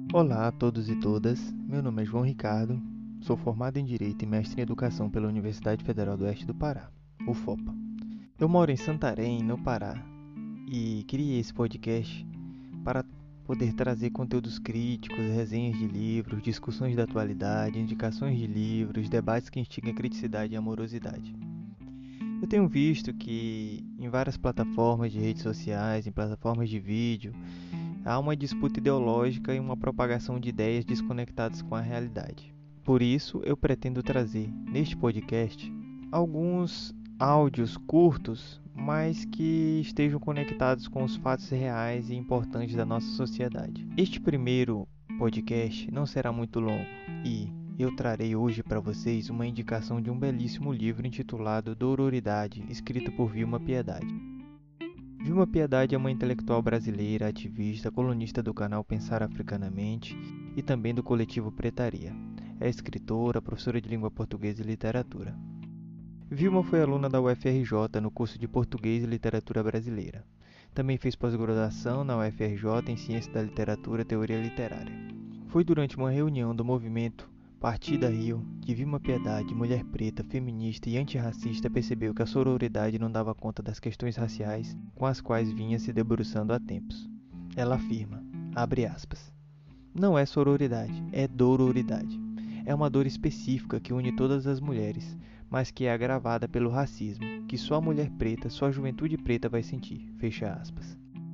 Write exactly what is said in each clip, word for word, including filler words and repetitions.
Olá a todos e todas, meu nome é João Ricardo, sou formado em Direito e mestre em Educação pela Universidade Federal do Oeste do Pará, U F O P A. Eu moro em Santarém, no Pará, e criei esse podcast para poder trazer conteúdos críticos, resenhas de livros, discussões da atualidade, indicações de livros, debates que instigam a criticidade e amorosidade. Eu tenho visto que em várias plataformas de redes sociais, em plataformas de vídeo, há uma disputa ideológica e uma propagação de ideias desconectadas com a realidade. Por isso, eu pretendo trazer neste podcast alguns áudios curtos, mas que estejam conectados com os fatos reais e importantes da nossa sociedade. Este primeiro podcast não será muito longo e eu trarei hoje para vocês uma indicação de um belíssimo livro intitulado Dororidade, escrito por Vilma Piedade. Vilma Piedade é uma intelectual brasileira, ativista, colunista do canal Pensar Africanamente e também do coletivo Pretaria. É escritora, professora de língua portuguesa e literatura. Vilma foi aluna da U F R J no curso de Português e Literatura Brasileira. Também fez pós-graduação na U F R J em Ciência da Literatura e Teoria Literária. Foi durante uma reunião do movimento Partida Rio, que Vilma Piedade, mulher preta, feminista e antirracista, percebeu que a sororidade não dava conta das questões raciais com as quais vinha se debruçando há tempos. Ela afirma, abre aspas, não é sororidade, é dororidade. É uma dor específica que une todas as mulheres, mas que é agravada pelo racismo, que só a mulher preta, só a juventude preta vai sentir, fecha aspas.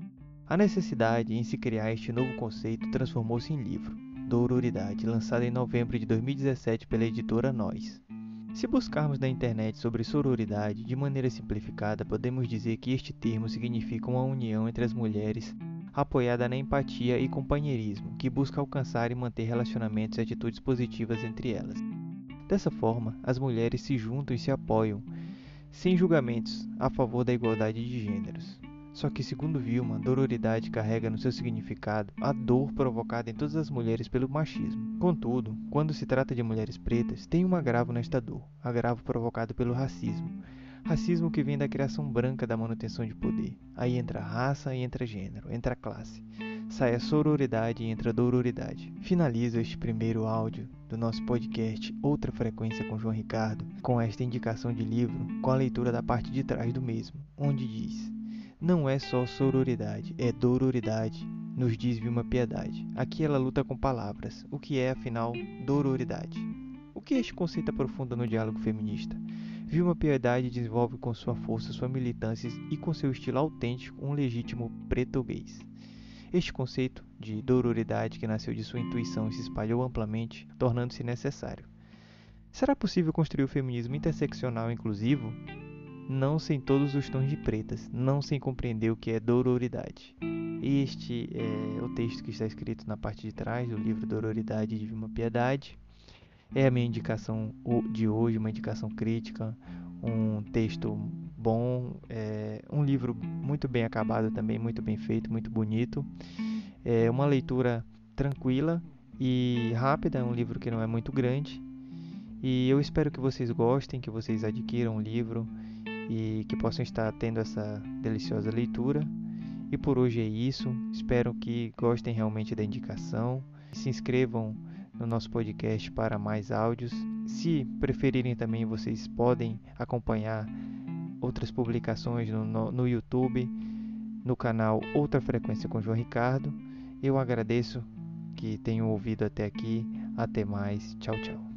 A necessidade em se criar este novo conceito transformou-se em livro, Dororidade, lançado em novembro de dois mil e dezessete pela editora Nós. Se buscarmos na internet sobre sororidade, de maneira simplificada, podemos dizer que este termo significa uma união entre as mulheres apoiada na empatia e companheirismo, que busca alcançar e manter relacionamentos e atitudes positivas entre elas. Dessa forma, as mulheres se juntam e se apoiam, sem julgamentos, a favor da igualdade de gêneros. Só que, segundo Vilma, dororidade carrega no seu significado a dor provocada em todas as mulheres pelo machismo. Contudo, quando se trata de mulheres pretas, tem um agravo nesta dor, agravo provocado pelo racismo. Racismo que vem da criação branca da manutenção de poder. Aí entra raça e entra gênero, entra classe. Sai a sororidade e entra a dororidade. Finalizo este primeiro áudio do nosso podcast Outra Frequência com João Ricardo, com esta indicação de livro, com a leitura da parte de trás do mesmo, onde diz: não é só sororidade, é dororidade, nos diz Vilma Piedade. Aqui ela luta com palavras. O que é, afinal, dororidade? O que este conceito aprofunda no diálogo feminista? Vilma Piedade desenvolve com sua força, sua militância e com seu estilo autêntico um legítimo português. Este conceito de dororidade, que nasceu de sua intuição e se espalhou amplamente, tornando-se necessário. Será possível construir o feminismo interseccional e inclusivo? Não sem todos os tons de pretas, não sem compreender o que é dororidade. Este é o texto que está escrito na parte de trás do livro Dororidade de Vilma Piedade. É a minha indicação de hoje, uma indicação crítica, um texto bom, é um livro muito bem acabado também, muito bem feito, muito bonito. É uma leitura tranquila e rápida, é um livro que não é muito grande. E eu espero que vocês gostem, que vocês adquiram o livro e que possam estar tendo essa deliciosa leitura. E por hoje é isso, espero que gostem realmente da indicação. Se inscrevam no nosso podcast para mais áudios. Se preferirem também, vocês podem acompanhar outras publicações no, no, no YouTube, no canal Outra Frequência com João Ricardo. Eu agradeço que tenham ouvido até aqui. Até mais. Tchau, tchau.